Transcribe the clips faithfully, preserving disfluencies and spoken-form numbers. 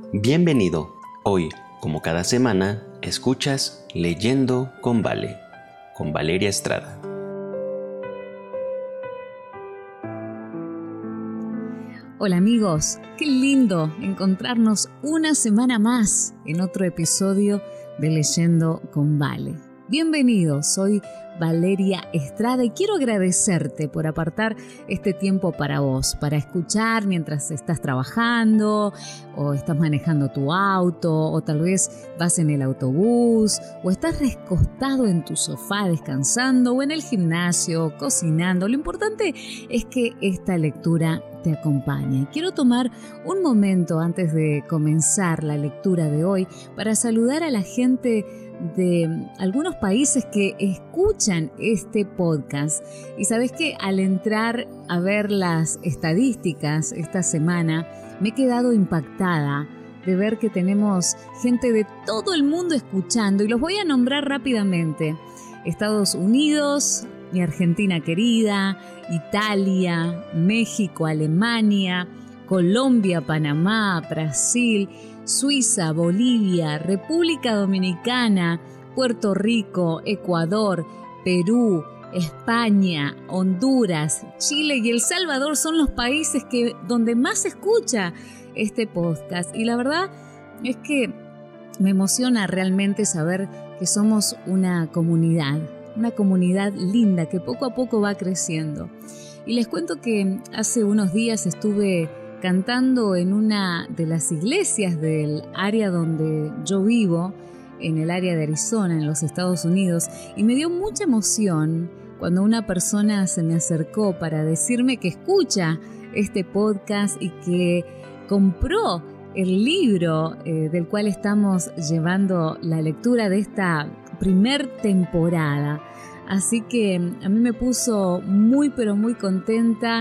Bienvenido. Hoy, como cada semana, escuchas Leyendo con Vale, con Valeria Estrada. Hola amigos, qué lindo encontrarnos una semana más en otro episodio de Leyendo con Vale. Bienvenido, soy Valeria Estrada y quiero agradecerte por apartar este tiempo para vos, para escuchar mientras estás trabajando o estás manejando tu auto o tal vez vas en el autobús o estás recostado en tu sofá descansando o en el gimnasio, cocinando. Lo importante es que esta lectura te acompañe. Quiero tomar un momento antes de comenzar la lectura de hoy para saludar a la gente de algunos países que escuchan este podcast. Y sabes que al entrar a ver las estadísticas esta semana, me he quedado impactada de ver que tenemos gente de todo el mundo escuchando y los voy a nombrar rápidamente. Estados Unidos, mi Argentina querida, Italia, México, Alemania, Colombia, Panamá, Brasil, Suiza, Bolivia, República Dominicana, Puerto Rico, Ecuador, Perú, España, Honduras, Chile y El Salvador son los países que, donde más se escucha este podcast. Y la verdad es que me emociona realmente saber que somos una comunidad, una comunidad linda que poco a poco va creciendo. Y les cuento que hace unos días estuve cantando en una de las iglesias del área donde yo vivo, en el área de Arizona, en los Estados Unidos, y me dio mucha emoción cuando una persona se me acercó para decirme que escucha este podcast y que compró el libro eh, del cual estamos llevando la lectura de esta primer temporada. Así que a mí me puso muy pero muy contenta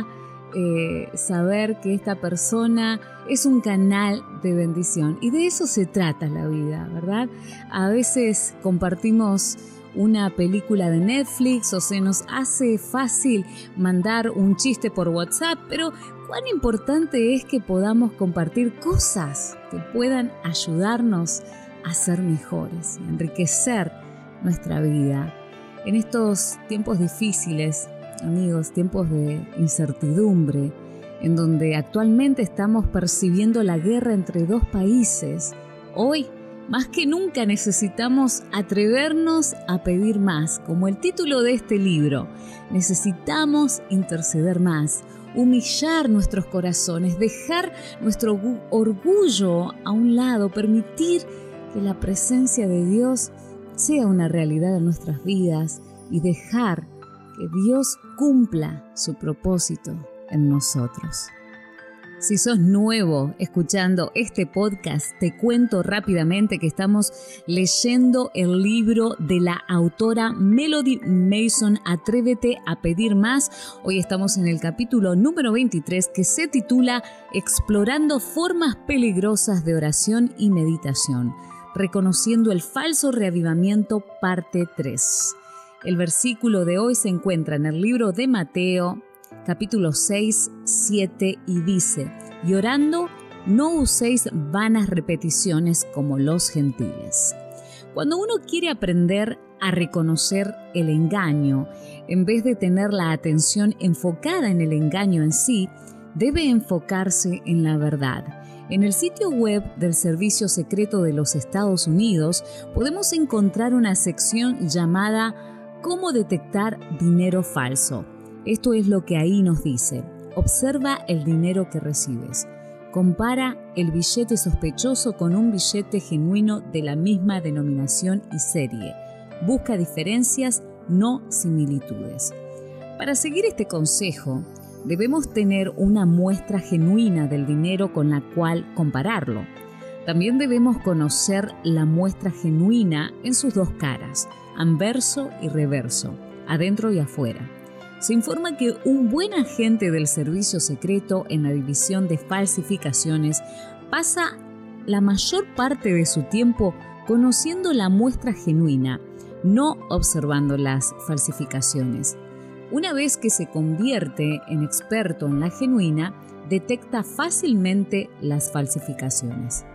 Eh, saber que esta persona es un canal de bendición y de eso se trata la vida, ¿verdad? A veces compartimos una película de Netflix o se nos hace fácil mandar un chiste por WhatsApp, pero cuán importante es que podamos compartir cosas que puedan ayudarnos a ser mejores, a enriquecer nuestra vida. En estos tiempos difíciles, amigos, tiempos de incertidumbre, en donde actualmente estamos percibiendo la guerra entre dos países, hoy más que nunca necesitamos atrevernos a pedir más, como el título de este libro. Necesitamos interceder más, humillar nuestros corazones, dejar nuestro orgullo a un lado, permitir que la presencia de Dios sea una realidad en nuestras vidas y dejar que Dios cumpla su propósito en nosotros. Si sos nuevo escuchando este podcast, te cuento rápidamente que estamos leyendo el libro de la autora Melody Mason, Atrévete a pedir más. Hoy estamos en el capítulo número veintitrés que se titula Explorando formas peligrosas de oración y meditación, reconociendo el falso reavivamiento, parte tres. El versículo de hoy se encuentra en el libro de Mateo, capítulo seis, siete, y dice: y orando, no uséis vanas repeticiones como los gentiles. Cuando uno quiere aprender a reconocer el engaño, en vez de tener la atención enfocada en el engaño en sí, debe enfocarse en la verdad. En el sitio web del Servicio Secreto de los Estados Unidos podemos encontrar una sección llamada ¿Cómo detectar dinero falso? Esto es lo que ahí nos dice. Observa el dinero que recibes. Compara el billete sospechoso con un billete genuino de la misma denominación y serie. Busca diferencias, no similitudes. Para seguir este consejo, debemos tener una muestra genuina del dinero con la cual compararlo. También debemos conocer la muestra genuina en sus dos caras, anverso y reverso, adentro y afuera. Se informa que un buen agente del servicio secreto en la división de falsificaciones pasa la mayor parte de su tiempo conociendo la muestra genuina, no observando las falsificaciones. Una vez que se convierte en experto en la genuina, detecta fácilmente las falsificaciones.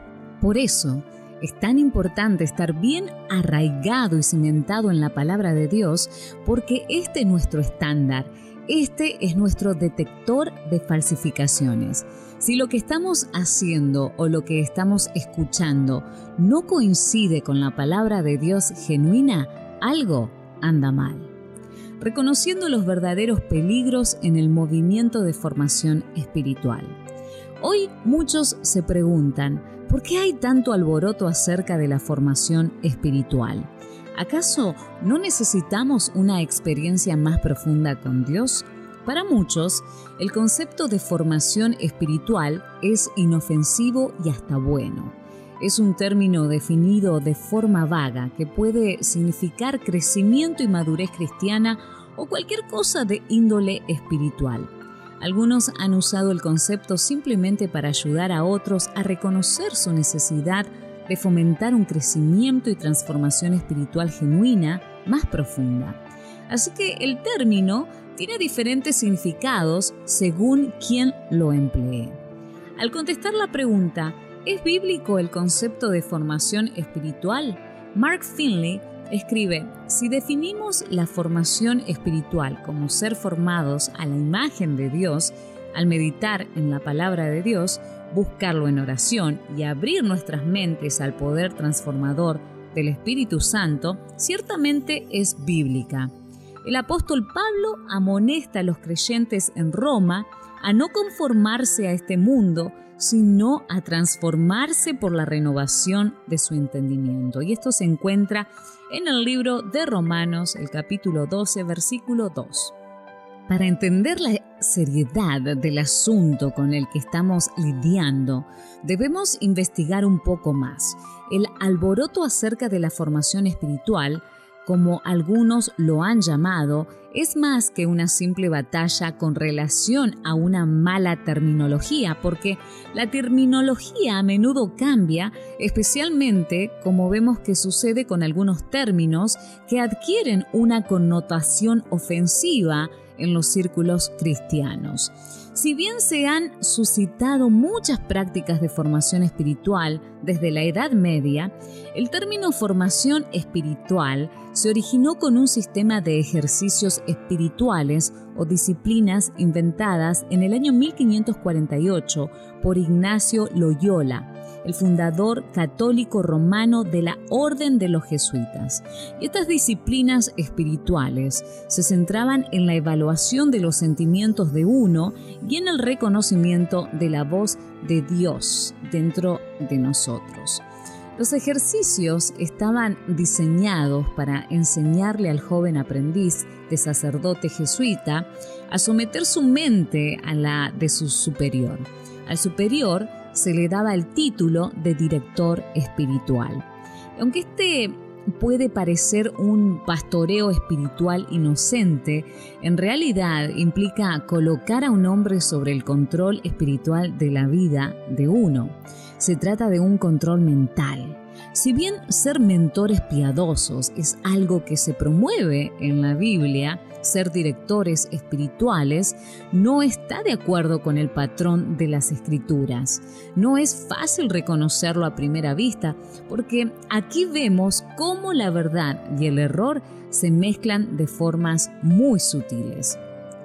Por eso es tan importante estar bien arraigado y cimentado en la palabra de Dios, porque este es nuestro estándar, este es nuestro detector de falsificaciones. Si lo que estamos haciendo o lo que estamos escuchando no coincide con la palabra de Dios genuina, algo anda mal. Reconociendo los verdaderos peligros en el movimiento de formación espiritual. Hoy muchos se preguntan, ¿por qué hay tanto alboroto acerca de la formación espiritual? ¿Acaso no necesitamos una experiencia más profunda con Dios? Para muchos, el concepto de formación espiritual es inofensivo y hasta bueno. Es un término definido de forma vaga que puede significar crecimiento y madurez cristiana o cualquier cosa de índole espiritual. Algunos han usado el concepto simplemente para ayudar a otros a reconocer su necesidad de fomentar un crecimiento y transformación espiritual genuina más profunda. Así que el término tiene diferentes significados según quien lo emplee. Al contestar la pregunta, ¿es bíblico el concepto de formación espiritual? Mark Finley escribe, si definimos la formación espiritual como ser formados a la imagen de Dios, al meditar en la palabra de Dios, buscarlo en oración y abrir nuestras mentes al poder transformador del Espíritu Santo, ciertamente es bíblica. El apóstol Pablo amonesta a los creyentes en Roma a no conformarse a este mundo, sino a transformarse por la renovación de su entendimiento. Y esto se encuentra en el libro de Romanos, el capítulo doce, versículo dos. Para entender la seriedad del asunto con el que estamos lidiando, debemos investigar un poco más. El alboroto acerca de la formación espiritual, como algunos lo han llamado, es más que una simple batalla con relación a una mala terminología, porque la terminología a menudo cambia, especialmente como vemos que sucede con algunos términos que adquieren una connotación ofensiva en los círculos cristianos. Si bien se han suscitado muchas prácticas de formación espiritual desde la Edad Media, el término formación espiritual se originó con un sistema de ejercicios espirituales o disciplinas inventadas en el año mil quinientos cuarenta y ocho por Ignacio Loyola, el fundador católico romano de la Orden de los Jesuitas. Y estas disciplinas espirituales se centraban en la evaluación de los sentimientos de uno y en el reconocimiento de la voz de Dios dentro de nosotros. Los ejercicios estaban diseñados para enseñarle al joven aprendiz de sacerdote jesuita a someter su mente a la de su superior. Al superior se le daba el título de director espiritual. Aunque este puede parecer un pastoreo espiritual inocente, en realidad implica colocar a un hombre sobre el control espiritual de la vida de uno. Se trata de un control mental. Si bien ser mentores piadosos es algo que se promueve en la Biblia, ser directores espirituales no está de acuerdo con el patrón de las Escrituras. No es fácil reconocerlo a primera vista, porque aquí vemos cómo la verdad y el error se mezclan de formas muy sutiles.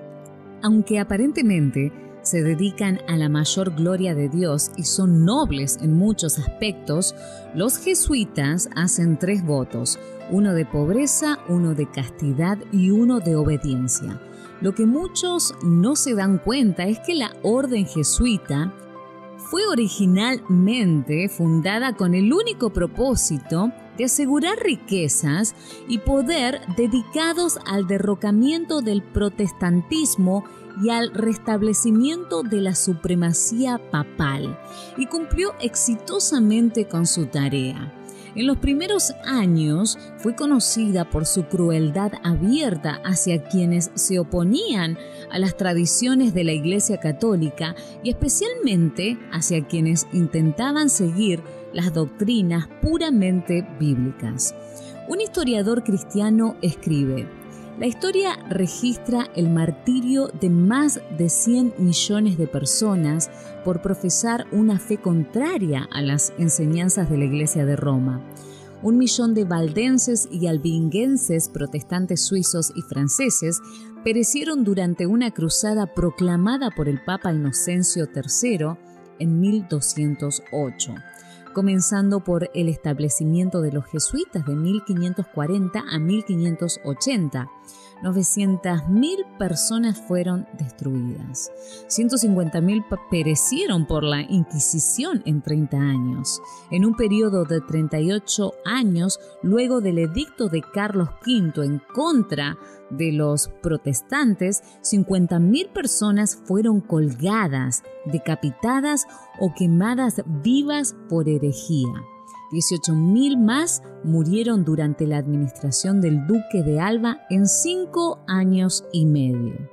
Aunque aparentemente se dedican a la mayor gloria de Dios y son nobles en muchos aspectos, los jesuitas hacen tres votos, uno de pobreza, uno de castidad y uno de obediencia. Lo que muchos no se dan cuenta es que la orden jesuita fue originalmente fundada con el único propósito de asegurar riquezas y poder dedicados al derrocamiento del protestantismo y al restablecimiento de la supremacía papal, y cumplió exitosamente con su tarea. En los primeros años fue conocida por su crueldad abierta hacia quienes se oponían a las tradiciones de la Iglesia Católica y especialmente hacia quienes intentaban seguir las doctrinas puramente bíblicas. Un historiador cristiano escribe: La historia registra el martirio de más de cien millones de personas por profesar una fe contraria a las enseñanzas de la Iglesia de Roma. Un millón de valdenses y albinguenses, protestantes suizos y franceses, perecieron durante una cruzada proclamada por el Papa Inocencio tercero en mil doscientos ocho, comenzando por el establecimiento de los jesuitas de mil quinientos cuarenta a mil quinientos ochenta. novecientas mil personas fueron destruidas. ciento cincuenta mil perecieron por la Inquisición en treinta años. En un periodo de treinta y ocho años, luego del edicto de Carlos quinto en contra de los protestantes, cincuenta mil personas fueron colgadas, decapitadas o quemadas vivas por herejía. dieciocho mil más murieron durante la administración del Duque de Alba en cinco años y medio.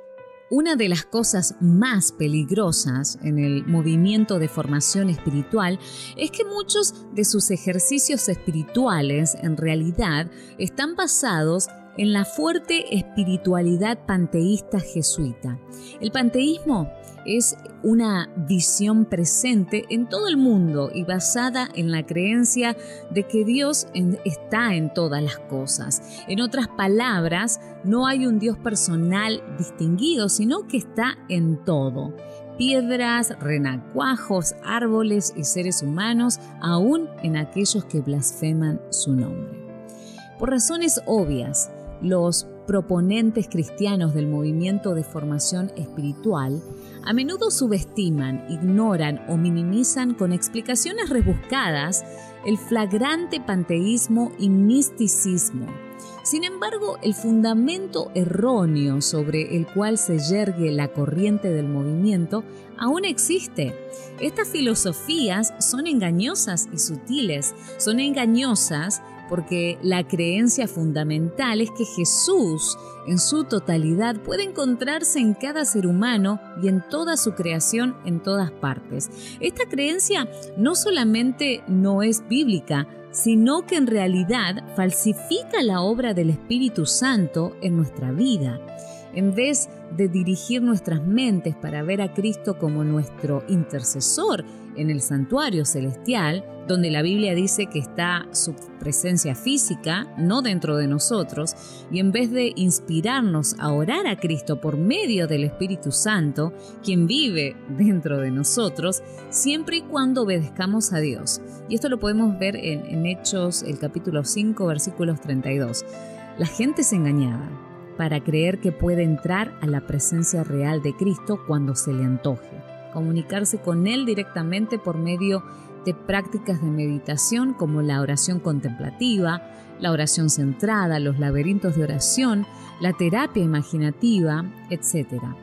Una de las cosas más peligrosas en el movimiento de formación espiritual es que muchos de sus ejercicios espirituales en realidad están basados en la fuerte espiritualidad panteísta jesuita. El panteísmo es una visión presente en todo el mundo y basada en la creencia de que Dios en, está en todas las cosas. En otras palabras, no hay un Dios personal distinguido, sino que está en todo. Piedras, renacuajos, árboles y seres humanos, aún en aquellos que blasfeman su nombre. Por razones obvias, los proponentes cristianos del movimiento de formación espiritual a menudo subestiman, ignoran o minimizan con explicaciones rebuscadas el flagrante panteísmo y misticismo. Sin embargo, el fundamento erróneo sobre el cual se yergue la corriente del movimiento aún existe. Estas filosofías son engañosas y sutiles. Son engañosas porque la creencia fundamental es que Jesús, en su totalidad, puede encontrarse en cada ser humano y en toda su creación en todas partes. Esta creencia no solamente no es bíblica, sino que en realidad falsifica la obra del Espíritu Santo en nuestra vida. En vez de dirigir nuestras mentes para ver a Cristo como nuestro intercesor en el santuario celestial, donde la Biblia dice que está su presencia física, no dentro de nosotros, y en vez de inspirarnos a orar a Cristo por medio del Espíritu Santo, quien vive dentro de nosotros, siempre y cuando obedezcamos a Dios. Y esto lo podemos ver en, en Hechos, el capítulo cinco, versículos treinta y dos. La gente es engañada para creer que puede entrar a la presencia real de Cristo cuando se le antoje, comunicarse con Él directamente por medio de prácticas de meditación como la oración contemplativa, la oración centrada, los laberintos de oración, la terapia imaginativa, etcétera.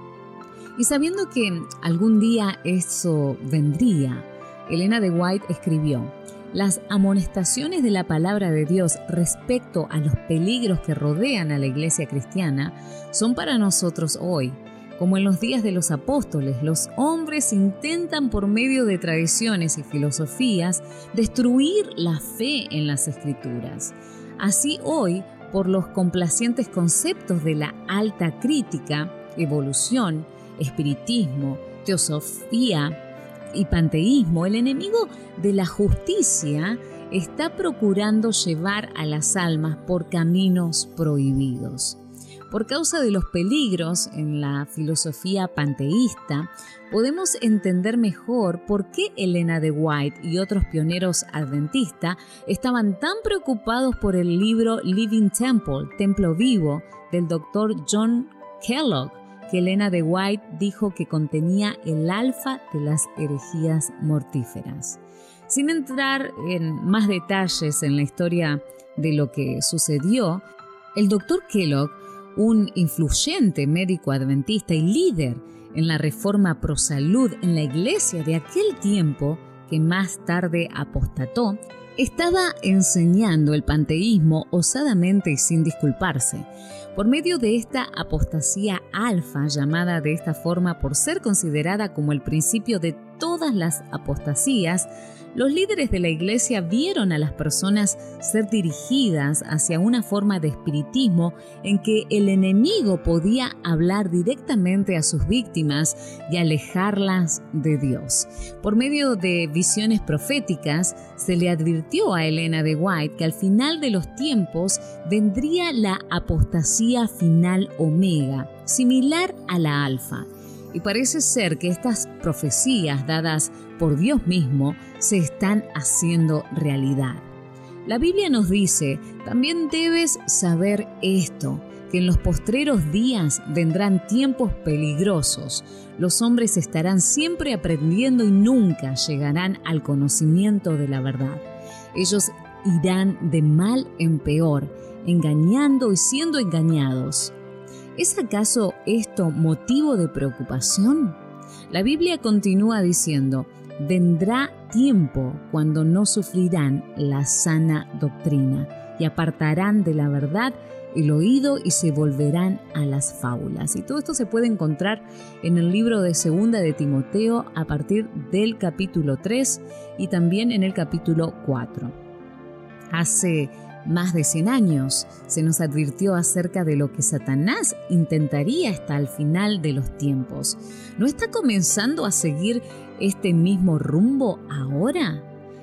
Y sabiendo que algún día eso vendría, Elena de White escribió: las amonestaciones de la palabra de Dios respecto a los peligros que rodean a la iglesia cristiana son para nosotros hoy. Como en los días de los apóstoles, los hombres intentan por medio de tradiciones y filosofías destruir la fe en las Escrituras. Así hoy, por los complacientes conceptos de la alta crítica, evolución, espiritismo, teosofía y panteísmo, el enemigo de la justicia está procurando llevar a las almas por caminos prohibidos. Por causa de los peligros en la filosofía panteísta, podemos entender mejor por qué Elena de White y otros pioneros adventistas estaban tan preocupados por el libro Living Temple, Templo Vivo, del doctor John Kellogg, que Elena de White dijo que contenía el alfa de las herejías mortíferas. Sin entrar en más detalles en la historia de lo que sucedió, el doctor Kellogg, un influyente médico adventista y líder en la reforma pro salud en la iglesia de aquel tiempo, que más tarde apostató, estaba enseñando el panteísmo osadamente y sin disculparse. Por medio de esta apostasía alfa, llamada de esta forma por ser considerada como el principio de todas las apostasías, los líderes de la iglesia vieron a las personas ser dirigidas hacia una forma de espiritismo en que el enemigo podía hablar directamente a sus víctimas y alejarlas de Dios. Por medio de visiones proféticas, se le advirtió a Elena de White que al final de los tiempos vendría la apostasía final omega, similar a la alfa. Y parece ser que estas profecías dadas por Dios mismo se están haciendo realidad. La Biblia nos dice, también debes saber esto, que en los postreros días vendrán tiempos peligrosos. Los hombres estarán siempre aprendiendo y nunca llegarán al conocimiento de la verdad. Ellos irán de mal en peor, engañando y siendo engañados. ¿Es acaso esto motivo de preocupación? La Biblia continúa diciendo, vendrá tiempo cuando no sufrirán la sana doctrina y apartarán de la verdad el oído y se volverán a las fábulas. Y todo esto se puede encontrar en el libro de Segunda de Timoteo a partir del capítulo tres y también en el capítulo cuatro. Hace más de cien años se nos advirtió acerca de lo que Satanás intentaría hasta el final de los tiempos. ¿No está comenzando a seguir este mismo rumbo ahora?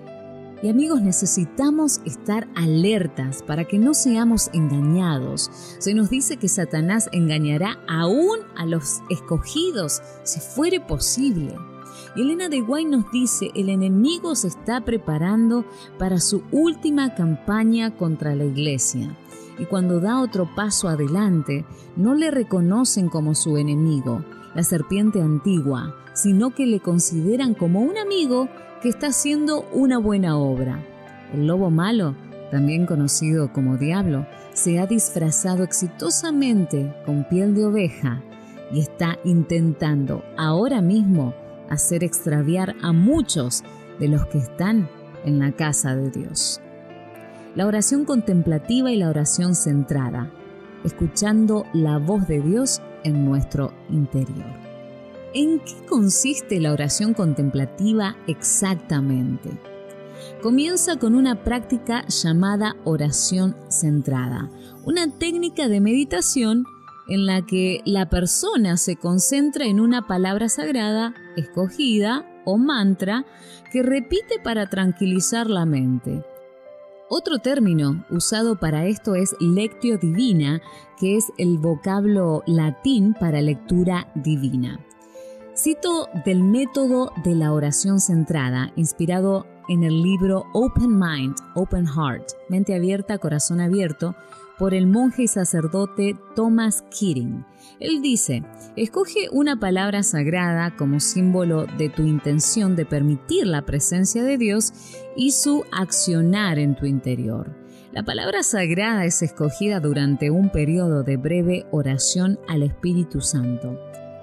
Y amigos, necesitamos estar alertas para que no seamos engañados. Se nos dice que Satanás engañará aún a los escogidos, si fuere posible. Y Elena de White nos dice, el enemigo se está preparando para su última campaña contra la iglesia. Y cuando da otro paso adelante, no le reconocen como su enemigo, la serpiente antigua, sino que le consideran como un amigo que está haciendo una buena obra. El lobo malo, también conocido como diablo, se ha disfrazado exitosamente con piel de oveja y está intentando ahora mismo hacer extraviar a muchos de los que están en la casa de Dios. La oración contemplativa y la oración centrada, escuchando la voz de Dios en nuestro interior. ¿En qué consiste la oración contemplativa exactamente? Comienza con una práctica llamada oración centrada, una técnica de meditación en la que la persona se concentra en una palabra sagrada, escogida o mantra que repite para tranquilizar la mente. Otro término usado para esto es lectio divina, que es el vocablo latín para lectura divina. Cito del método de la oración centrada, inspirado en el libro Open Mind, Open Heart, Mente Abierta, Corazón Abierto, por el monje y sacerdote Thomas Keating. Él dice, escoge una palabra sagrada como símbolo de tu intención de permitir la presencia de Dios y su accionar en tu interior. La palabra sagrada es escogida durante un periodo de breve oración al Espíritu Santo.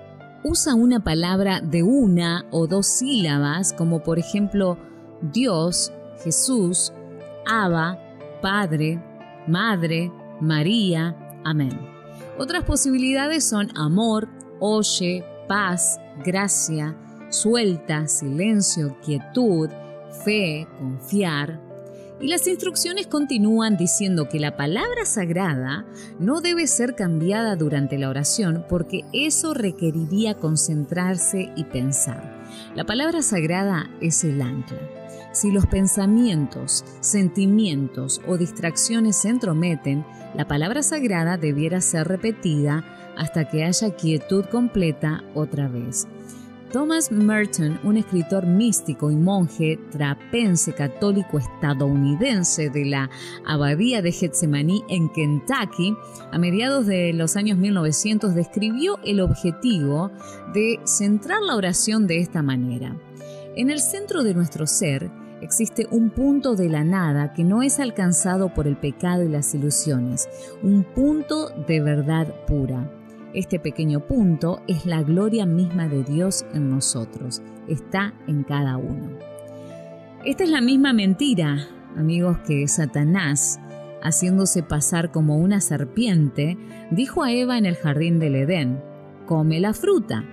Usa una palabra de una o dos sílabas, como por ejemplo Dios, Jesús, Abba, Padre, Madre, María, amén. Otras posibilidades son amor, oye, paz, gracia, suelta, silencio, quietud, fe, confiar. Y las instrucciones continúan diciendo que la palabra sagrada no debe ser cambiada durante la oración porque eso requeriría concentrarse y pensar. La palabra sagrada es el ancla. Si los pensamientos, sentimientos o distracciones se entrometen, la palabra sagrada debiera ser repetida hasta que haya quietud completa otra vez. Thomas Merton, un escritor místico y monje trapense católico estadounidense de la Abadía de Getsemaní en Kentucky, a mediados de los años mil novecientos, describió el objetivo de centrar la oración de esta manera. En el centro de nuestro ser existe un punto de la nada que no es alcanzado por el pecado y las ilusiones, un punto de verdad pura. Este pequeño punto es la gloria misma de Dios en nosotros, está en cada uno. Esta es la misma mentira, amigos, que Satanás, haciéndose pasar como una serpiente, dijo a Eva en el jardín del Edén: come la fruta.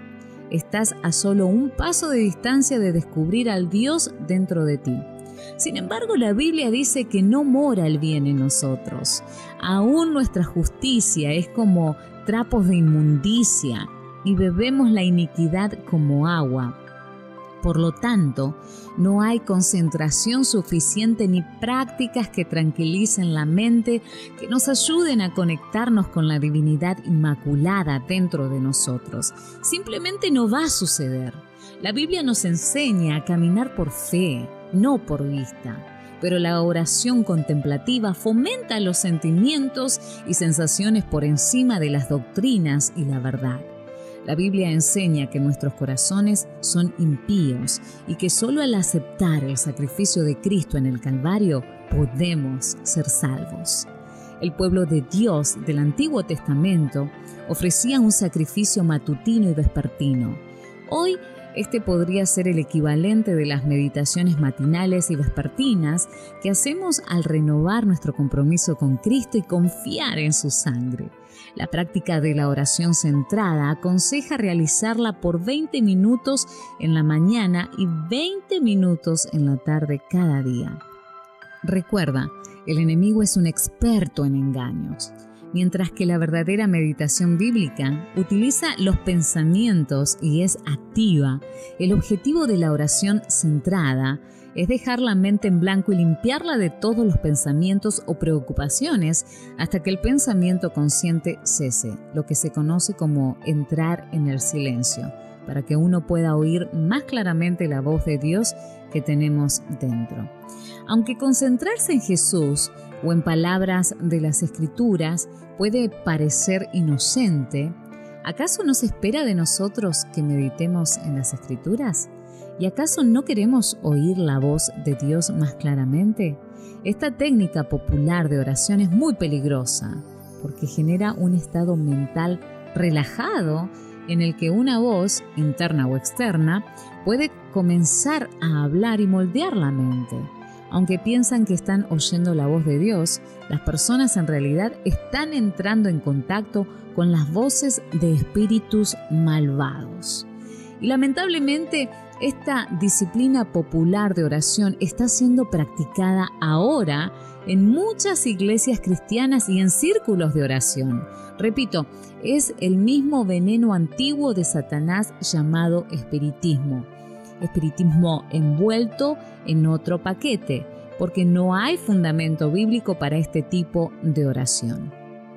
estás a solo un paso de distancia de descubrir al Dios dentro de ti. Sin embargo, la Biblia dice que no mora el bien en nosotros. Aún nuestra justicia es como trapos de inmundicia y bebemos la iniquidad como agua. Por lo tanto, no hay concentración suficiente ni prácticas que tranquilicen la mente, que nos ayuden a conectarnos con la divinidad inmaculada dentro de nosotros. Simplemente no va a suceder. La Biblia nos enseña a caminar por fe, no por vista. Pero la oración contemplativa fomenta los sentimientos y sensaciones por encima de las doctrinas y la verdad. La Biblia enseña que nuestros corazones son impíos y que solo al aceptar el sacrificio de Cristo en el Calvario podemos ser salvos. El pueblo de Dios del Antiguo Testamento ofrecía un sacrificio matutino y vespertino. Hoy, este podría ser el equivalente de las meditaciones matinales y vespertinas que hacemos al renovar nuestro compromiso con Cristo y confiar en su sangre. La práctica de la oración centrada aconseja realizarla por veinte minutos en la mañana y veinte minutos en la tarde cada día. Recuerda, el enemigo es un experto en engaños, mientras que la verdadera meditación bíblica utiliza los pensamientos y es activa. El objetivo de la oración centrada es dejar la mente en blanco y limpiarla de todos los pensamientos o preocupaciones hasta que el pensamiento consciente cese, lo que se conoce como entrar en el silencio, para que uno pueda oír más claramente la voz de Dios que tenemos dentro. Aunque concentrarse en Jesús o en palabras de las Escrituras puede parecer inocente, ¿acaso no se espera de nosotros que meditemos en las Escrituras? ¿Y acaso no queremos oír la voz de Dios más claramente? Esta técnica popular de oración es muy peligrosa porque genera un estado mental relajado en el que una voz, interna o externa, puede comenzar a hablar y moldear la mente. Aunque piensan que están oyendo la voz de Dios, las personas en realidad están entrando en contacto con las voces de espíritus malvados. Y lamentablemente, esta disciplina popular de oración está siendo practicada ahora en muchas iglesias cristianas y en círculos de oración. Repito, es el mismo veneno antiguo de Satanás llamado espiritismo. Espiritismo envuelto en otro paquete, porque no hay fundamento bíblico para este tipo de oración.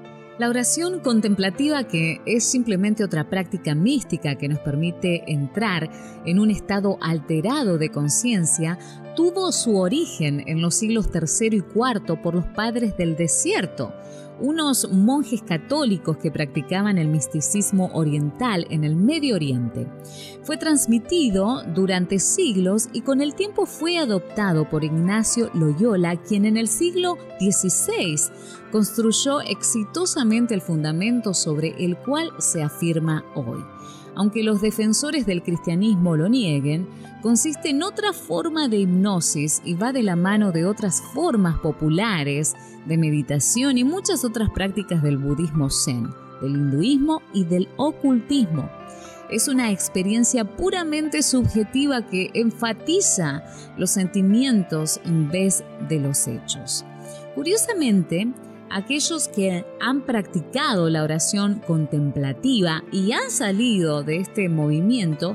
La oración contemplativa, que es simplemente otra práctica mística que nos permite entrar en un estado alterado de conciencia, tuvo su origen en los siglos tercero y cuarto por los padres del desierto, unos monjes católicos que practicaban el misticismo oriental en el Medio Oriente. Fue transmitido durante siglos y con el tiempo fue adoptado por Ignacio Loyola, quien en el siglo dieciséis construyó exitosamente el fundamento sobre el cual se afirma hoy. Aunque los defensores del cristianismo lo nieguen, consiste en otra forma de hipnosis y va de la mano de otras formas populares de meditación y muchas otras prácticas del budismo zen, del hinduismo y del ocultismo. Es una experiencia puramente subjetiva que enfatiza los sentimientos en vez de los hechos. Curiosamente, aquellos que han practicado la oración contemplativa y han salido de este movimiento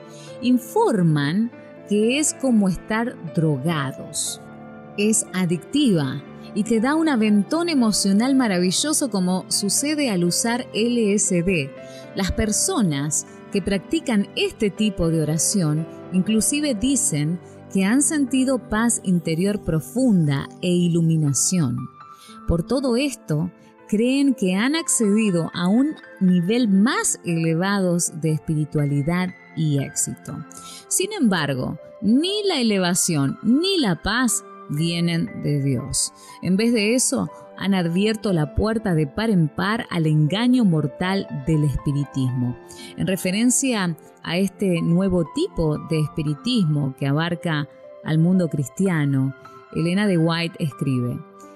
informan que es como estar drogados. Es adictiva y te da un aventón emocional maravilloso como sucede al usar L S D. Las personas que practican este tipo de oración inclusive dicen que han sentido paz interior profunda e iluminación. Por todo esto, creen que han accedido a un nivel más elevado de espiritualidad y éxito. Sin embargo, ni la elevación ni la paz vienen de Dios. En vez de eso, han abierto la puerta de par en par al engaño mortal del espiritismo. En referencia a este nuevo tipo de espiritismo que abarca al mundo cristiano, Elena de White escribe: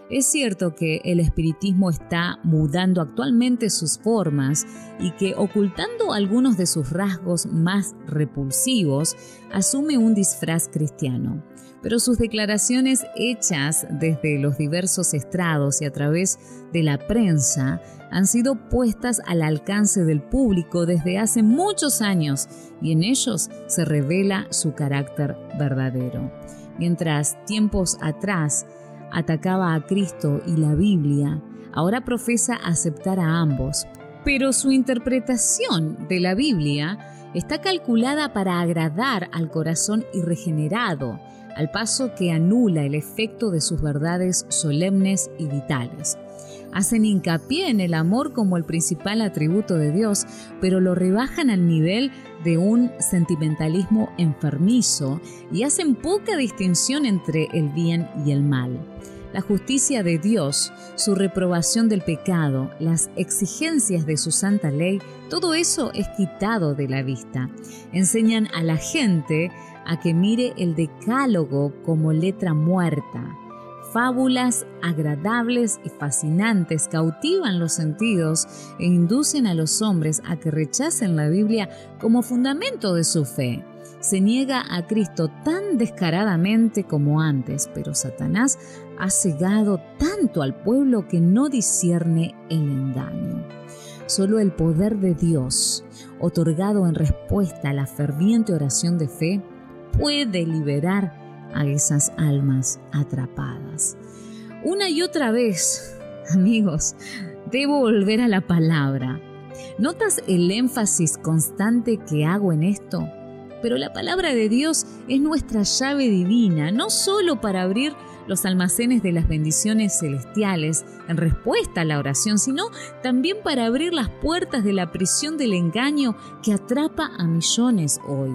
Es cierto que el espiritismo está mudando actualmente sus formas y que, ocultando algunos de sus rasgos más repulsivos, asume un disfraz cristiano. Pero sus declaraciones hechas desde los diversos estrados y a través de la prensa han sido puestas al alcance del público desde hace muchos años y en ellos se revela su carácter verdadero. Mientras tiempos atrás atacaba a Cristo y la Biblia, ahora profesa aceptar a ambos. Pero su interpretación de la Biblia está calculada para agradar al corazón irregenerado, al paso que anula el efecto de sus verdades solemnes y vitales. Hacen hincapié en el amor como el principal atributo de Dios, pero lo rebajan al nivel de un sentimentalismo enfermizo y hacen poca distinción entre el bien y el mal. La justicia de Dios, su reprobación del pecado, las exigencias de su santa ley, todo eso es quitado de la vista. Enseñan a la gente a que mire el decálogo como letra muerta. Fábulas agradables y fascinantes cautivan los sentidos e inducen a los hombres a que rechacen la Biblia como fundamento de su fe. Se niega a Cristo tan descaradamente como antes, pero Satanás ha cegado tanto al pueblo que no discierne el engaño. Solo el poder de Dios, otorgado en respuesta a la ferviente oración de fe, puede liberar a esas almas atrapadas. Una y otra vez, amigos, debo volver a la palabra. ¿Notas el énfasis constante que hago en esto? Pero la palabra de Dios es nuestra llave divina, no solo para abrir los almacenes de las bendiciones celestiales en respuesta a la oración, sino también para abrir las puertas de la prisión del engaño que atrapa a millones hoy.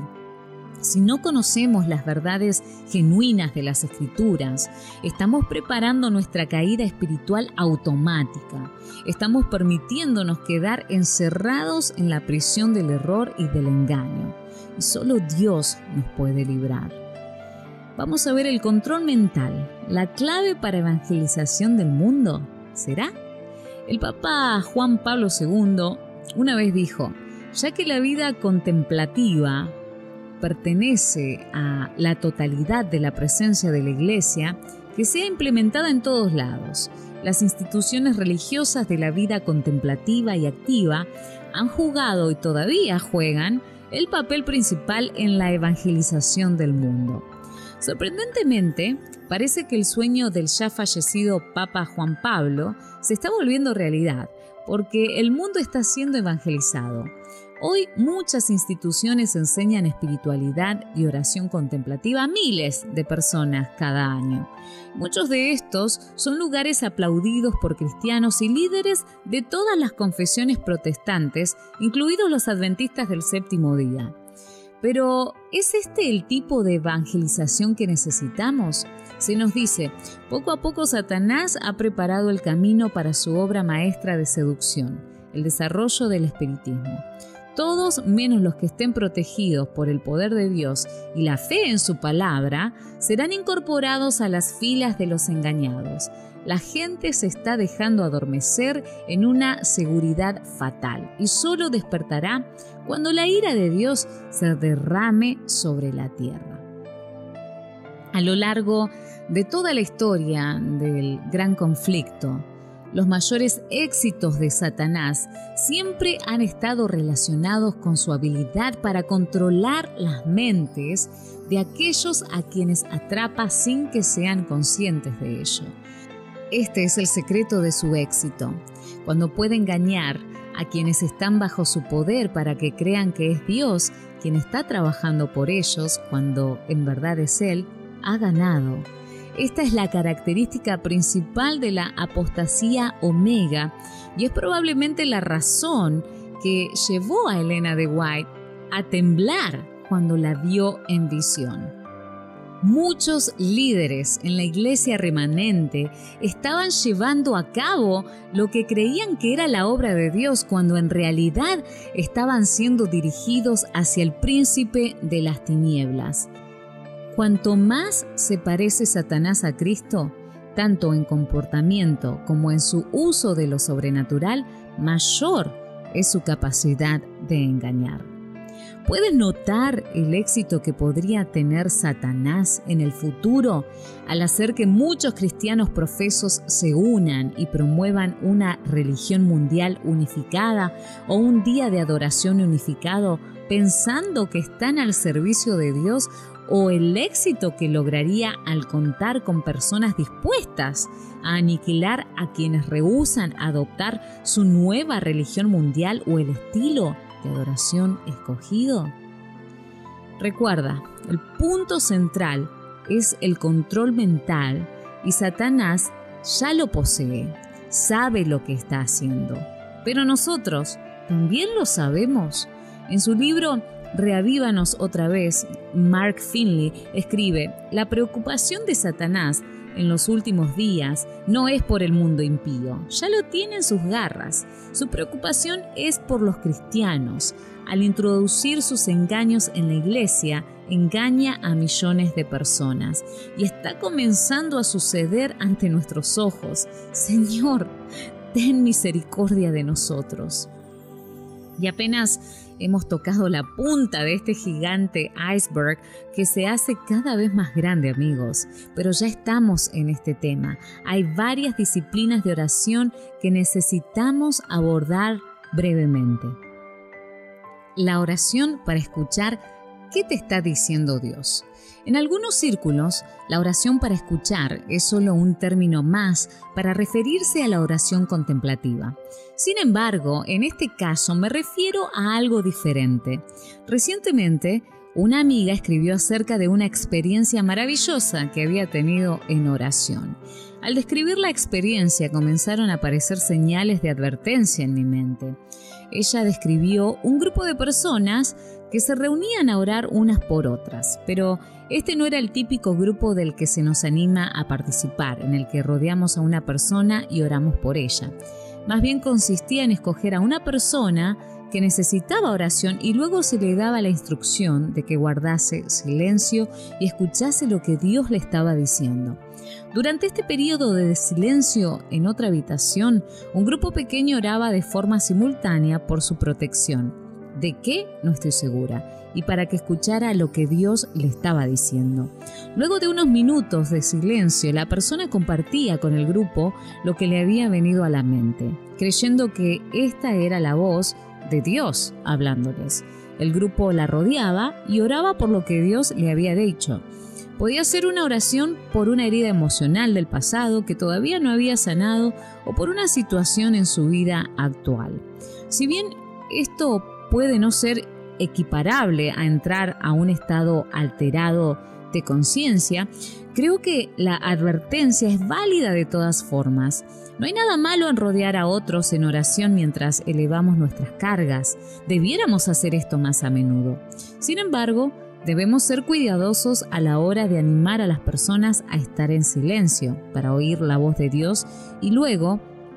Si no conocemos las verdades genuinas de las Escrituras, estamos preparando nuestra caída espiritual automática. Estamos permitiéndonos quedar encerrados en la prisión del error y del engaño. Y solo Dios nos puede librar. Vamos a ver el control mental. ¿La clave para evangelización del mundo será? El Papa Juan Pablo segundo una vez dijo, ya que la vida contemplativa pertenece a la totalidad de la presencia de la Iglesia, que sea implementada en todos lados. Las instituciones religiosas de la vida contemplativa y activa han jugado y todavía juegan el papel principal en la evangelización del mundo. Sorprendentemente, parece que el sueño del ya fallecido Papa Juan Pablo se está volviendo realidad, porque el mundo está siendo evangelizado. Hoy muchas instituciones enseñan espiritualidad y oración contemplativa a miles de personas cada año. Muchos de estos son lugares aplaudidos por cristianos y líderes de todas las confesiones protestantes, incluidos los adventistas del séptimo día. Pero, ¿es este el tipo de evangelización que necesitamos? Se nos dice, poco a poco Satanás ha preparado el camino para su obra maestra de seducción, el desarrollo del espiritismo. Todos, menos los que estén protegidos por el poder de Dios y la fe en su palabra, serán incorporados a las filas de los engañados. La gente se está dejando adormecer en una seguridad fatal y solo despertará cuando la ira de Dios se derrame sobre la tierra. A lo largo de toda la historia del gran conflicto, los mayores éxitos de Satanás siempre han estado relacionados con su habilidad para controlar las mentes de aquellos a quienes atrapa sin que sean conscientes de ello. Este es el secreto de su éxito, cuando puede engañar a quienes están bajo su poder para que crean que es Dios quien está trabajando por ellos, cuando en verdad es Él, ha ganado. Esta es la característica principal de la apostasía omega y es probablemente la razón que llevó a Elena de White a temblar cuando la vio en visión. Muchos líderes en la iglesia remanente estaban llevando a cabo lo que creían que era la obra de Dios cuando en realidad estaban siendo dirigidos hacia el príncipe de las tinieblas. Cuanto más se parece Satanás a Cristo, tanto en comportamiento como en su uso de lo sobrenatural, mayor es su capacidad de engañar. ¿Puedes notar el éxito que podría tener Satanás en el futuro al hacer que muchos cristianos profesos se unan y promuevan una religión mundial unificada o un día de adoración unificado pensando que están al servicio de Dios, o el éxito que lograría al contar con personas dispuestas a aniquilar a quienes rehúsan adoptar su nueva religión mundial o el estilo de adoración escogido? Recuerda, el punto central es el control mental y Satanás ya lo posee, sabe lo que está haciendo. Pero nosotros también lo sabemos. En su libro Reavívanos otra vez, Mark Finley escribe: la preocupación de Satanás en los últimos días no es por el mundo impío, ya lo tiene en sus garras. Su preocupación es por los cristianos. Al introducir sus engaños en la iglesia, engaña a millones de personas y está comenzando a suceder ante nuestros ojos. Señor, ten misericordia de nosotros. Y apenas hemos tocado la punta de este gigante iceberg que se hace cada vez más grande, amigos. Pero ya estamos en este tema. Hay varias disciplinas de oración que necesitamos abordar brevemente. La oración para escuchar qué te está diciendo Dios. En algunos círculos, la oración para escuchar es solo un término más para referirse a la oración contemplativa. Sin embargo, en este caso me refiero a algo diferente. Recientemente, una amiga escribió acerca de una experiencia maravillosa que había tenido en oración. Al describir la experiencia, comenzaron a aparecer señales de advertencia en mi mente. Ella describió un grupo de personas que se reunían a orar unas por otras, pero este no era el típico grupo del que se nos anima a participar, en el que rodeamos a una persona y oramos por ella. Más bien consistía en escoger a una persona que necesitaba oración y luego se le daba la instrucción de que guardase silencio y escuchase lo que Dios le estaba diciendo. Durante este periodo de silencio en otra habitación, un grupo pequeño oraba de forma simultánea por su protección. ¿De qué? No estoy segura. Y para que escuchara lo que Dios le estaba diciendo. Luego de unos minutos de silencio, la persona compartía con el grupo lo que le había venido a la mente, creyendo que esta era la voz de Dios hablándoles. El grupo la rodeaba y oraba por lo que Dios le había dicho. Podía ser una oración por una herida emocional del pasado que todavía no había sanado o por una situación en su vida actual. Si bien esto puede no ser equiparable a entrar a un estado alterado de conciencia, creo que la advertencia es válida de todas formas. No hay nada malo en rodear a otros en oración mientras elevamos nuestras cargas. Debiéramos hacer esto más a menudo. Sin embargo, debemos ser cuidadosos a la hora de animar a las personas a estar en silencio para oír la voz de Dios y luego,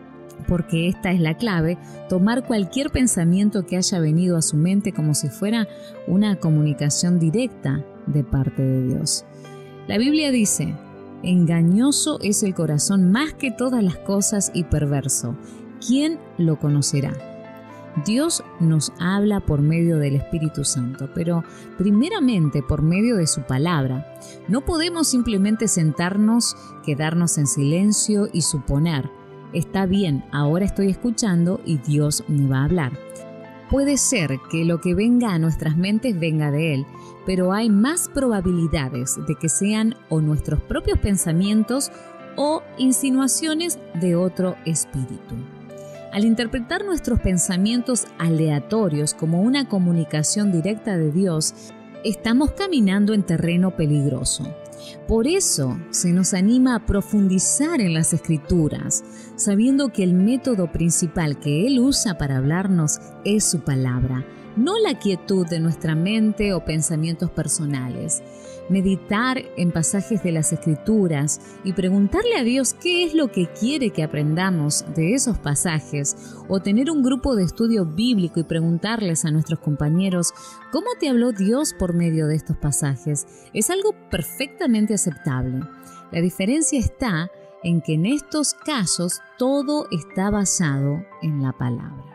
porque esta es la clave, tomar cualquier pensamiento que haya venido a su mente como si fuera una comunicación directa de parte de Dios. La Biblia dice: engañoso es el corazón más que todas las cosas y perverso. ¿Quién lo conocerá? Dios nos habla por medio del Espíritu Santo, pero primeramente por medio de su palabra. No podemos simplemente sentarnos, quedarnos en silencio y suponer: está bien, ahora estoy escuchando y Dios me va a hablar. Puede ser que lo que venga a nuestras mentes venga de Él, pero hay más probabilidades de que sean o nuestros propios pensamientos o insinuaciones de otro espíritu. Al interpretar nuestros pensamientos aleatorios como una comunicación directa de Dios, estamos caminando en terreno peligroso. Por eso se nos anima a profundizar en las Escrituras, sabiendo que el método principal que Él usa para hablarnos es su palabra, no la quietud de nuestra mente o pensamientos personales. Meditar en pasajes de las Escrituras y preguntarle a Dios qué es lo que quiere que aprendamos de esos pasajes, o tener un grupo de estudio bíblico y preguntarles a nuestros compañeros cómo te habló Dios por medio de estos pasajes, es algo perfectamente aceptable. La diferencia está en que en estos casos todo está basado en la palabra.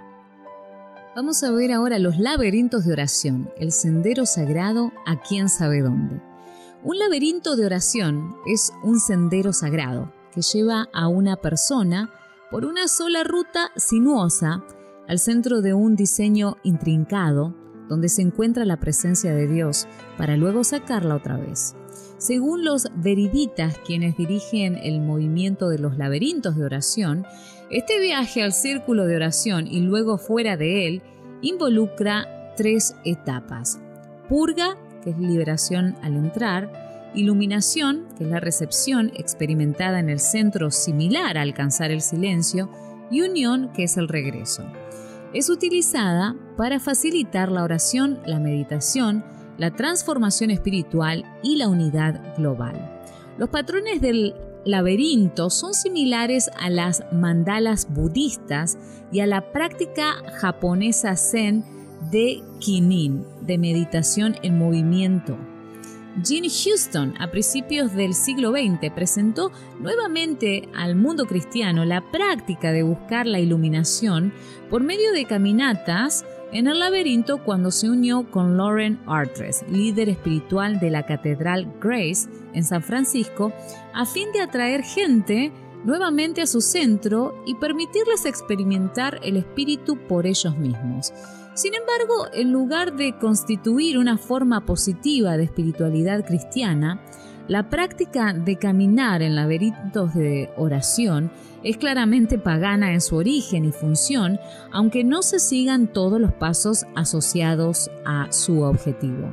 Vamos a ver ahora los laberintos de oración, el sendero sagrado a quién sabe dónde. Un laberinto de oración es un sendero sagrado que lleva a una persona por una sola ruta sinuosa al centro de un diseño intrincado donde se encuentra la presencia de Dios para luego sacarla otra vez. Según los veriditas, quienes dirigen el movimiento de los laberintos de oración, este viaje al círculo de oración y luego fuera de él involucra tres etapas: purga, que es liberación al entrar; iluminación, que es la recepción experimentada en el centro similar a alcanzar el silencio; y unión, que es el regreso. Es utilizada para facilitar la oración, la meditación, la transformación espiritual y la unidad global. Los patrones del laberinto son similares a las mandalas budistas y a la práctica japonesa zen de Kinin, de meditación en movimiento. Jean Houston, a principios del siglo veinte, presentó nuevamente al mundo cristiano la práctica de buscar la iluminación por medio de caminatas en el laberinto cuando se unió con Lauren Artres, líder espiritual de la Catedral Grace en San Francisco, a fin de atraer gente nuevamente a su centro y permitirles experimentar el espíritu por ellos mismos. Sin embargo, en lugar de constituir una forma positiva de espiritualidad cristiana, la práctica de caminar en laberintos de oración es claramente pagana en su origen y función, aunque no se sigan todos los pasos asociados a su objetivo.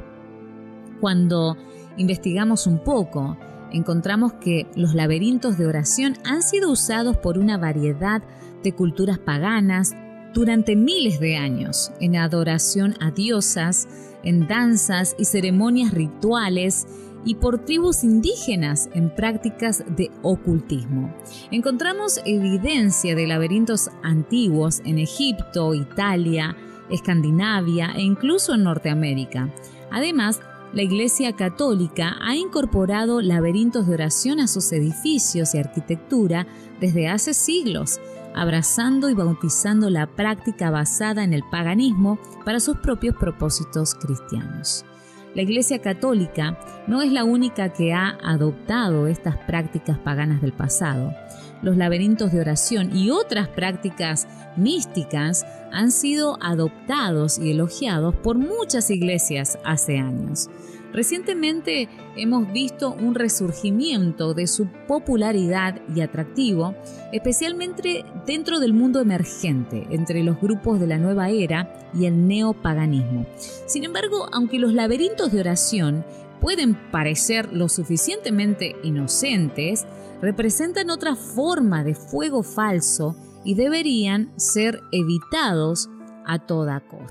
Cuando investigamos un poco, encontramos que los laberintos de oración han sido usados por una variedad de culturas paganas durante miles de años, en adoración a diosas, en danzas y ceremonias rituales, y por tribus indígenas en prácticas de ocultismo. Encontramos evidencia de laberintos antiguos en Egipto, Italia, Escandinavia e incluso en Norteamérica. Además, la Iglesia Católica ha incorporado laberintos de oración a sus edificios y arquitectura desde hace siglos, abrazando y bautizando la práctica basada en el paganismo para sus propios propósitos cristianos. La Iglesia Católica no es la única que ha adoptado estas prácticas paganas del pasado. Los laberintos de oración y otras prácticas místicas han sido adoptados y elogiados por muchas iglesias hace años. Recientemente hemos visto un resurgimiento de su popularidad y atractivo, especialmente dentro del mundo emergente, entre los grupos de la nueva era y el neopaganismo. Sin embargo, aunque los laberintos de oración pueden parecer lo suficientemente inocentes, representan otra forma de fuego falso y deberían ser evitados a toda costa.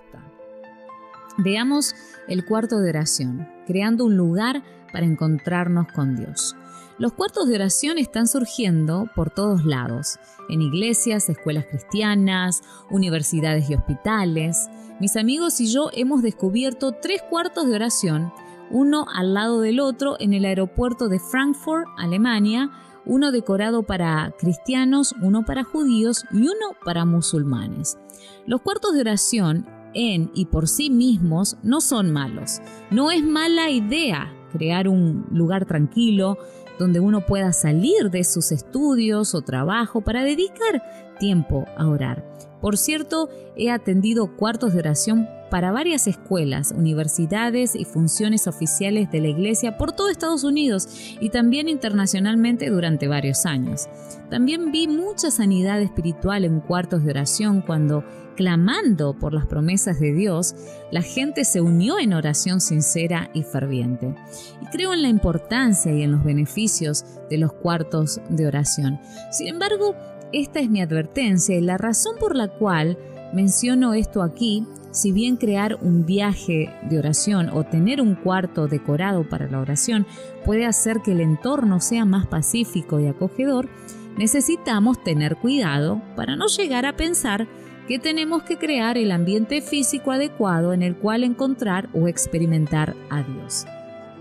Veamos el cuarto de oración, creando un lugar para encontrarnos con Dios. Los cuartos de oración están surgiendo por todos lados, en iglesias, escuelas cristianas, universidades y hospitales. Mis amigos y yo hemos descubierto tres cuartos de oración, uno al lado del otro en el aeropuerto de Frankfurt, Alemania, uno decorado para cristianos, uno para judíos y uno para musulmanes. Los cuartos de oración en y por sí mismos no son malos. No es mala idea crear un lugar tranquilo donde uno pueda salir de sus estudios o trabajo para dedicar tiempo a orar. Por cierto, he atendido cuartos de oración para varias escuelas, universidades y funciones oficiales de la Iglesia por todo Estados Unidos y también internacionalmente durante varios años. También vi mucha sanidad espiritual en cuartos de oración cuando, clamando por las promesas de Dios, la gente se unió en oración sincera y ferviente. Y creo en la importancia y en los beneficios de los cuartos de oración. Sin embargo, esta es mi advertencia y la razón por la cual menciono esto aquí. Si bien crear un viaje de oración o tener un cuarto decorado para la oración puede hacer que el entorno sea más pacífico y acogedor, necesitamos tener cuidado para no llegar a pensar que tenemos que crear el ambiente físico adecuado en el cual encontrar o experimentar a Dios.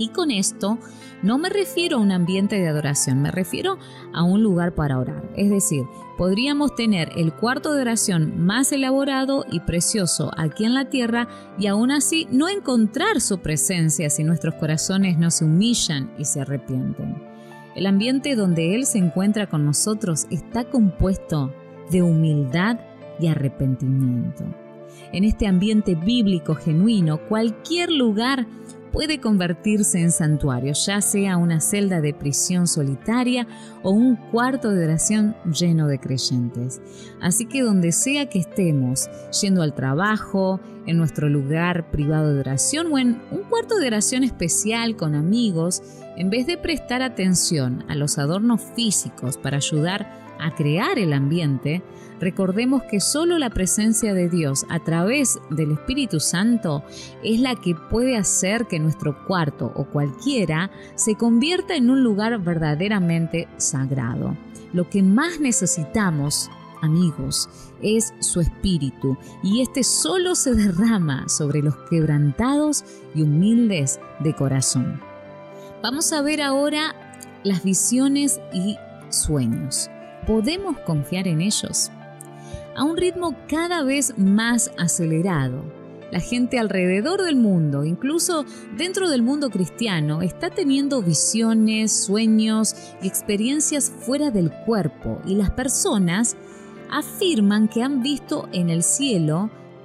Y con esto no me refiero a un ambiente de adoración, me refiero a un lugar para orar. Es decir, podríamos tener el cuarto de oración más elaborado y precioso aquí en la tierra y aún así no encontrar su presencia si nuestros corazones no se humillan y se arrepienten. El ambiente donde Él se encuentra con nosotros está compuesto de humildad y arrepentimiento. En este ambiente bíblico genuino, cualquier lugar puede convertirse en santuario, ya sea una celda de prisión solitaria o un cuarto de oración lleno de creyentes. Así que donde sea que estemos, yendo al trabajo, en nuestro lugar privado de oración o en un cuarto de oración especial con amigos, en vez de prestar atención a los adornos físicos para ayudar a crear el ambiente, recordemos que solo la presencia de Dios a través del Espíritu Santo es la que puede hacer que nuestro cuarto o cualquiera se convierta en un lugar verdaderamente sagrado. Lo que más necesitamos, amigos, es su Espíritu, y este solo se derrama sobre los quebrantados y humildes de corazón. Vamos a ver ahora las visiones y sueños. ¿Podemos confiar en ellos? A un ritmo cada vez más acelerado, la gente alrededor del mundo, incluso dentro del mundo cristiano, está teniendo visiones, sueños y experiencias fuera del cuerpo, y las personas afirman que han visto en el cielo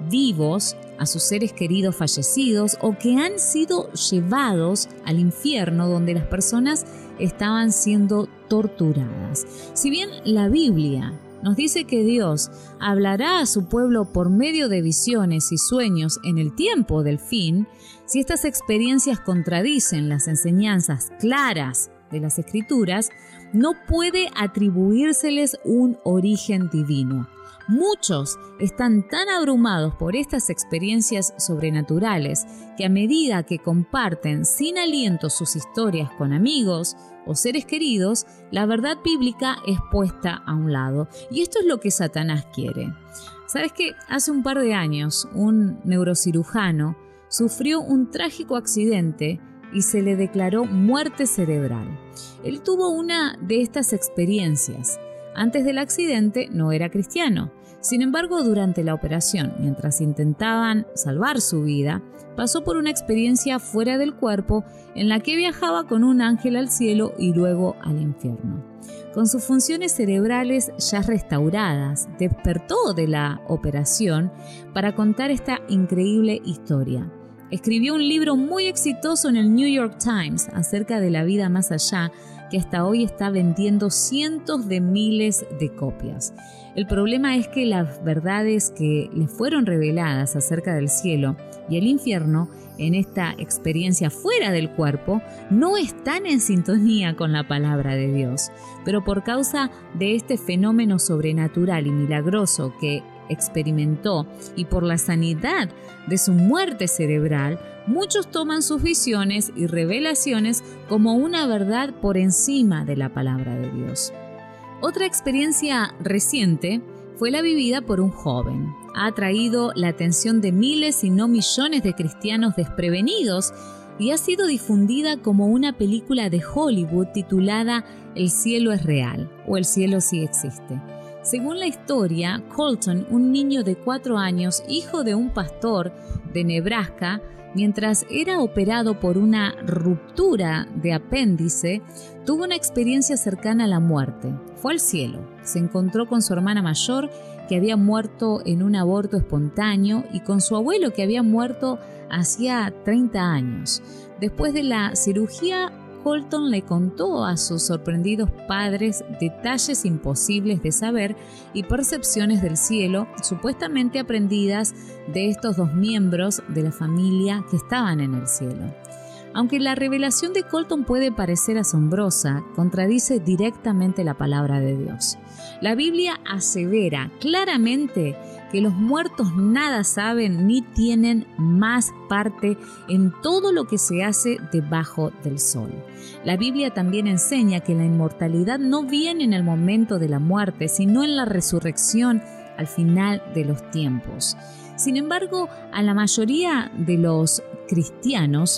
vivos a sus seres queridos fallecidos o que han sido llevados al infierno donde las personas estaban siendo torturadas. Si bien la Biblia nos dice que Dios hablará a su pueblo por medio de visiones y sueños en el tiempo del fin, si estas experiencias contradicen las enseñanzas claras de las Escrituras, no puede atribuírseles un origen divino. Muchos están tan abrumados por estas experiencias sobrenaturales que a medida que comparten sin aliento sus historias con amigos o seres queridos, la verdad bíblica es puesta a un lado. Y esto es lo que Satanás quiere. ¿Sabes qué? Hace un par de años, un neurocirujano sufrió un trágico accidente y se le declaró muerte cerebral. Él tuvo una de estas experiencias. Antes del accidente no era cristiano. Sin embargo, durante la operación, mientras intentaban salvar su vida, pasó por una experiencia fuera del cuerpo en la que viajaba con un ángel al cielo y luego al infierno. Con sus funciones cerebrales ya restauradas, despertó de la operación para contar esta increíble historia. Escribió un libro muy exitoso en el New York Times acerca de la vida más allá, que hasta hoy está vendiendo cientos de miles de copias. El problema es que las verdades que le fueron reveladas acerca del cielo y el infierno en esta experiencia fuera del cuerpo no están en sintonía con la palabra de Dios. Pero por causa de este fenómeno sobrenatural y milagroso que experimentó y por la sanidad de su muerte cerebral, muchos toman sus visiones y revelaciones como una verdad por encima de la palabra de Dios. Otra experiencia reciente fue la vivida por un joven. Ha atraído la atención de miles y no millones de cristianos desprevenidos y ha sido difundida como una película de Hollywood titulada El cielo es real o El cielo sí existe. Según la historia, Colton, un niño de cuatro años, hijo de un pastor de Nebraska, mientras era operado por una ruptura de apéndice, tuvo una experiencia cercana a la muerte. Fue al cielo, se encontró con su hermana mayor, que había muerto en un aborto espontáneo, y con su abuelo, que había muerto hacía treinta años. Después de la cirugía, Colton le contó a sus sorprendidos padres detalles imposibles de saber y percepciones del cielo supuestamente aprendidas de estos dos miembros de la familia que estaban en el cielo. Aunque la revelación de Colton puede parecer asombrosa, contradice directamente la palabra de Dios. La Biblia asevera claramente que los muertos nada saben ni tienen más parte en todo lo que se hace debajo del sol. La Biblia también enseña que la inmortalidad no viene en el momento de la muerte, sino en la resurrección al final de los tiempos. Sin embargo, a la mayoría de los cristianos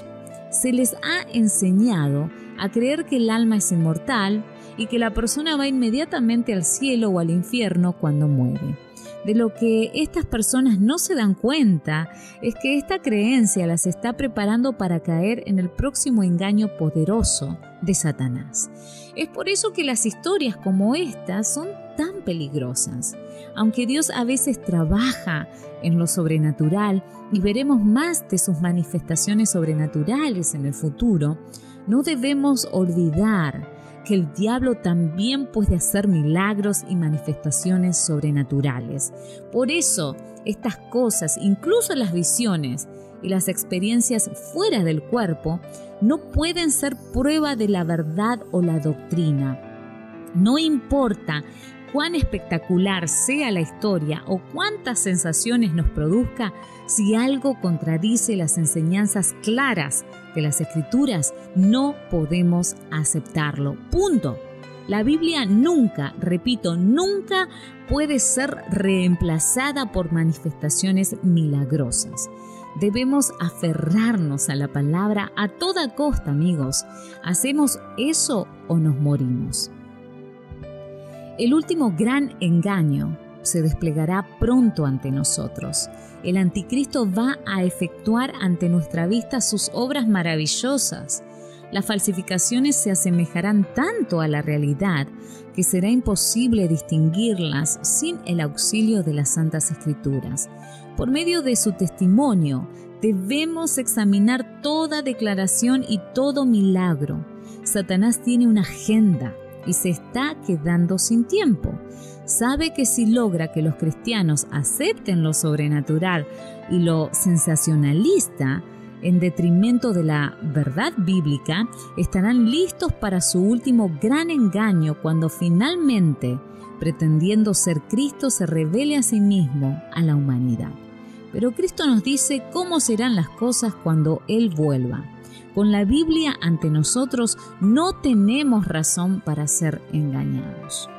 se les ha enseñado a creer que el alma es inmortal y que la persona va inmediatamente al cielo o al infierno cuando muere. De lo que estas personas no se dan cuenta es que esta creencia las está preparando para caer en el próximo engaño poderoso de Satanás. Es por eso que las historias como estas son tan peligrosas. Aunque Dios a veces trabaja en lo sobrenatural y veremos más de sus manifestaciones sobrenaturales en el futuro, no debemos olvidar que el diablo también puede hacer milagros y manifestaciones sobrenaturales. Por eso, estas cosas, incluso las visiones y las experiencias fuera del cuerpo, no pueden ser prueba de la verdad o la doctrina. No importa cuán espectacular sea la historia o cuántas sensaciones nos produzca, si algo contradice las enseñanzas claras de las Escrituras, no podemos aceptarlo. Punto. La Biblia nunca, repito, nunca puede ser reemplazada por manifestaciones milagrosas. Debemos aferrarnos a la palabra a toda costa, amigos. ¿Hacemos eso o nos morimos? El último gran engaño se desplegará pronto ante nosotros. El anticristo va a efectuar ante nuestra vista sus obras maravillosas. Las falsificaciones se asemejarán tanto a la realidad que será imposible distinguirlas sin el auxilio de las Santas Escrituras. Por medio de su testimonio, debemos examinar toda declaración y todo milagro. Satanás tiene una agenda y se está quedando sin tiempo. Sabe que si logra que los cristianos acepten lo sobrenatural y lo sensacionalista en detrimento de la verdad bíblica, estarán listos para su último gran engaño cuando finalmente, pretendiendo ser Cristo, se revele a sí mismo a la humanidad. Pero Cristo nos dice cómo serán las cosas cuando Él vuelva. Con la Biblia ante nosotros no tenemos razón para ser engañados.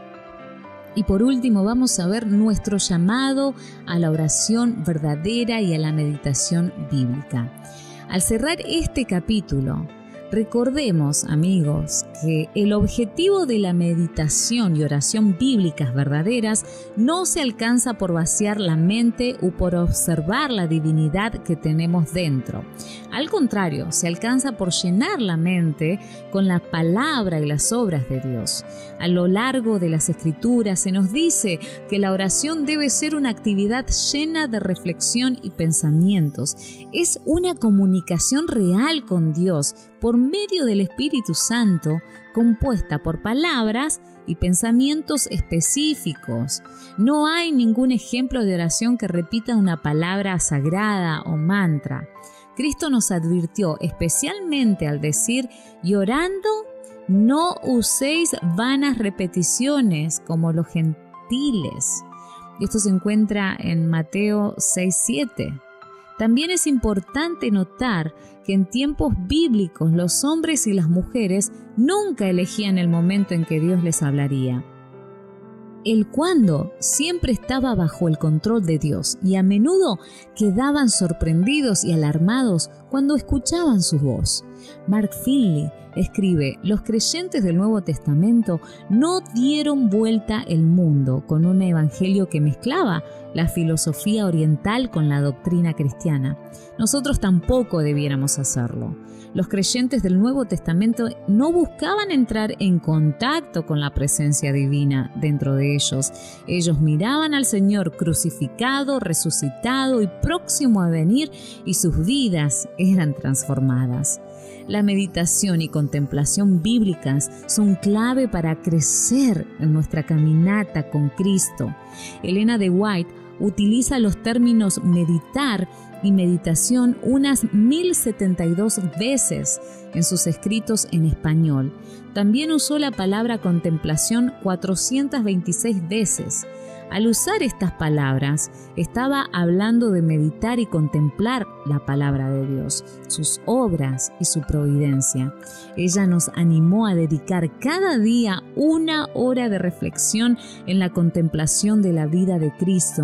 Y por último vamos a ver nuestro llamado a la oración verdadera y a la meditación bíblica. Al cerrar este capítulo, recordemos, amigos, que el objetivo de la meditación y oración bíblicas verdaderas no se alcanza por vaciar la mente o por observar la divinidad que tenemos dentro. Al contrario, se alcanza por llenar la mente con la palabra y las obras de Dios. A lo largo de las Escrituras se nos dice que la oración debe ser una actividad llena de reflexión y pensamientos. Es una comunicación real con Dios por medio del Espíritu Santo, compuesta por palabras y pensamientos específicos. No hay ningún ejemplo de oración que repita una palabra sagrada o mantra. Cristo nos advirtió especialmente al decir, y orando, no uséis vanas repeticiones como los gentiles. Esto se encuentra en Mateo seis siete. También es importante notar que en tiempos bíblicos los hombres y las mujeres nunca elegían el momento en que Dios les hablaría. El cuándo siempre estaba bajo el control de Dios y a menudo quedaban sorprendidos y alarmados cuando escuchaban su voz. Mark Finley escribe, los creyentes del Nuevo Testamento no dieron vuelta el mundo con un evangelio que mezclaba la filosofía oriental con la doctrina cristiana. Nosotros tampoco debiéramos hacerlo. Los creyentes del Nuevo Testamento no buscaban entrar en contacto con la presencia divina dentro de ellos. Ellos miraban al Señor crucificado, resucitado y próximo a venir, y sus vidas eran transformadas. La meditación y contemplación bíblicas son clave para crecer en nuestra caminata con Cristo. Elena de White utiliza los términos meditar y meditación unas mil setenta y dos veces en sus escritos en español. También usó la palabra contemplación cuatrocientas veintiséis veces. Al usar estas palabras, estaba hablando de meditar y contemplar la palabra de Dios, sus obras y su providencia. Ella nos animó a dedicar cada día una hora de reflexión en la contemplación de la vida de Cristo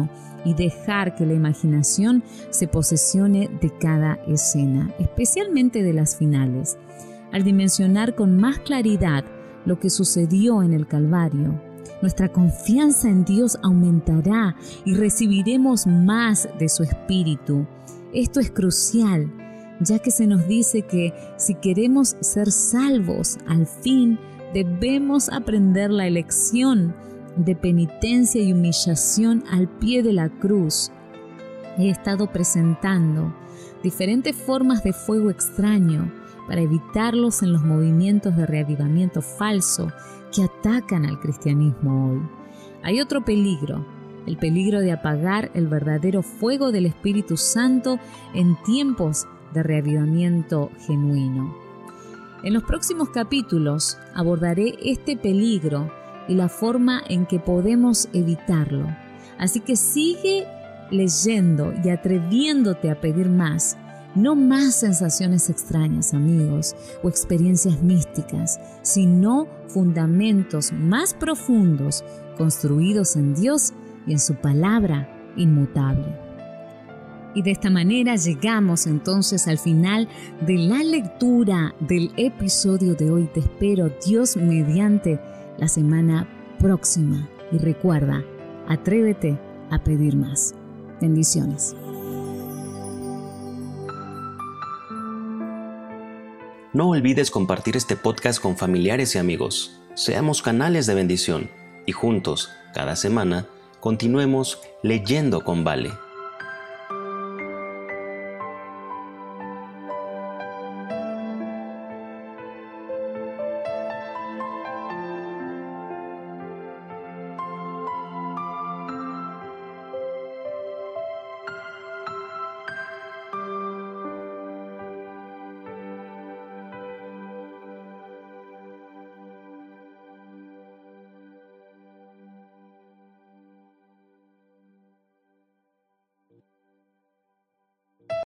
y dejar que la imaginación se posesione de cada escena, especialmente de las finales. Al dimensionar con más claridad lo que sucedió en el Calvario, nuestra confianza en Dios aumentará y recibiremos más de su Espíritu. Esto es crucial, ya que se nos dice que si queremos ser salvos al fin, debemos aprender la lección de penitencia y humillación al pie de la cruz. He estado presentando diferentes formas de fuego extraño para evitarlos en los movimientos de reavivamiento falso que atacan al cristianismo hoy. Hay otro peligro, el peligro de apagar el verdadero fuego del Espíritu Santo en tiempos de reavivamiento genuino. En los próximos capítulos abordaré este peligro y la forma en que podemos evitarlo. Así que sigue leyendo y atreviéndote a pedir más. No más sensaciones extrañas, amigos, o experiencias místicas, sino fundamentos más profundos construidos en Dios y en su palabra inmutable. Y de esta manera llegamos entonces al final de la lectura del episodio de hoy. Te espero, Dios mediante, la semana próxima. Y recuerda, atrévete a pedir más. Bendiciones. No olvides compartir este podcast con familiares y amigos. Seamos canales de bendición y juntos, cada semana, continuemos leyendo con Vale.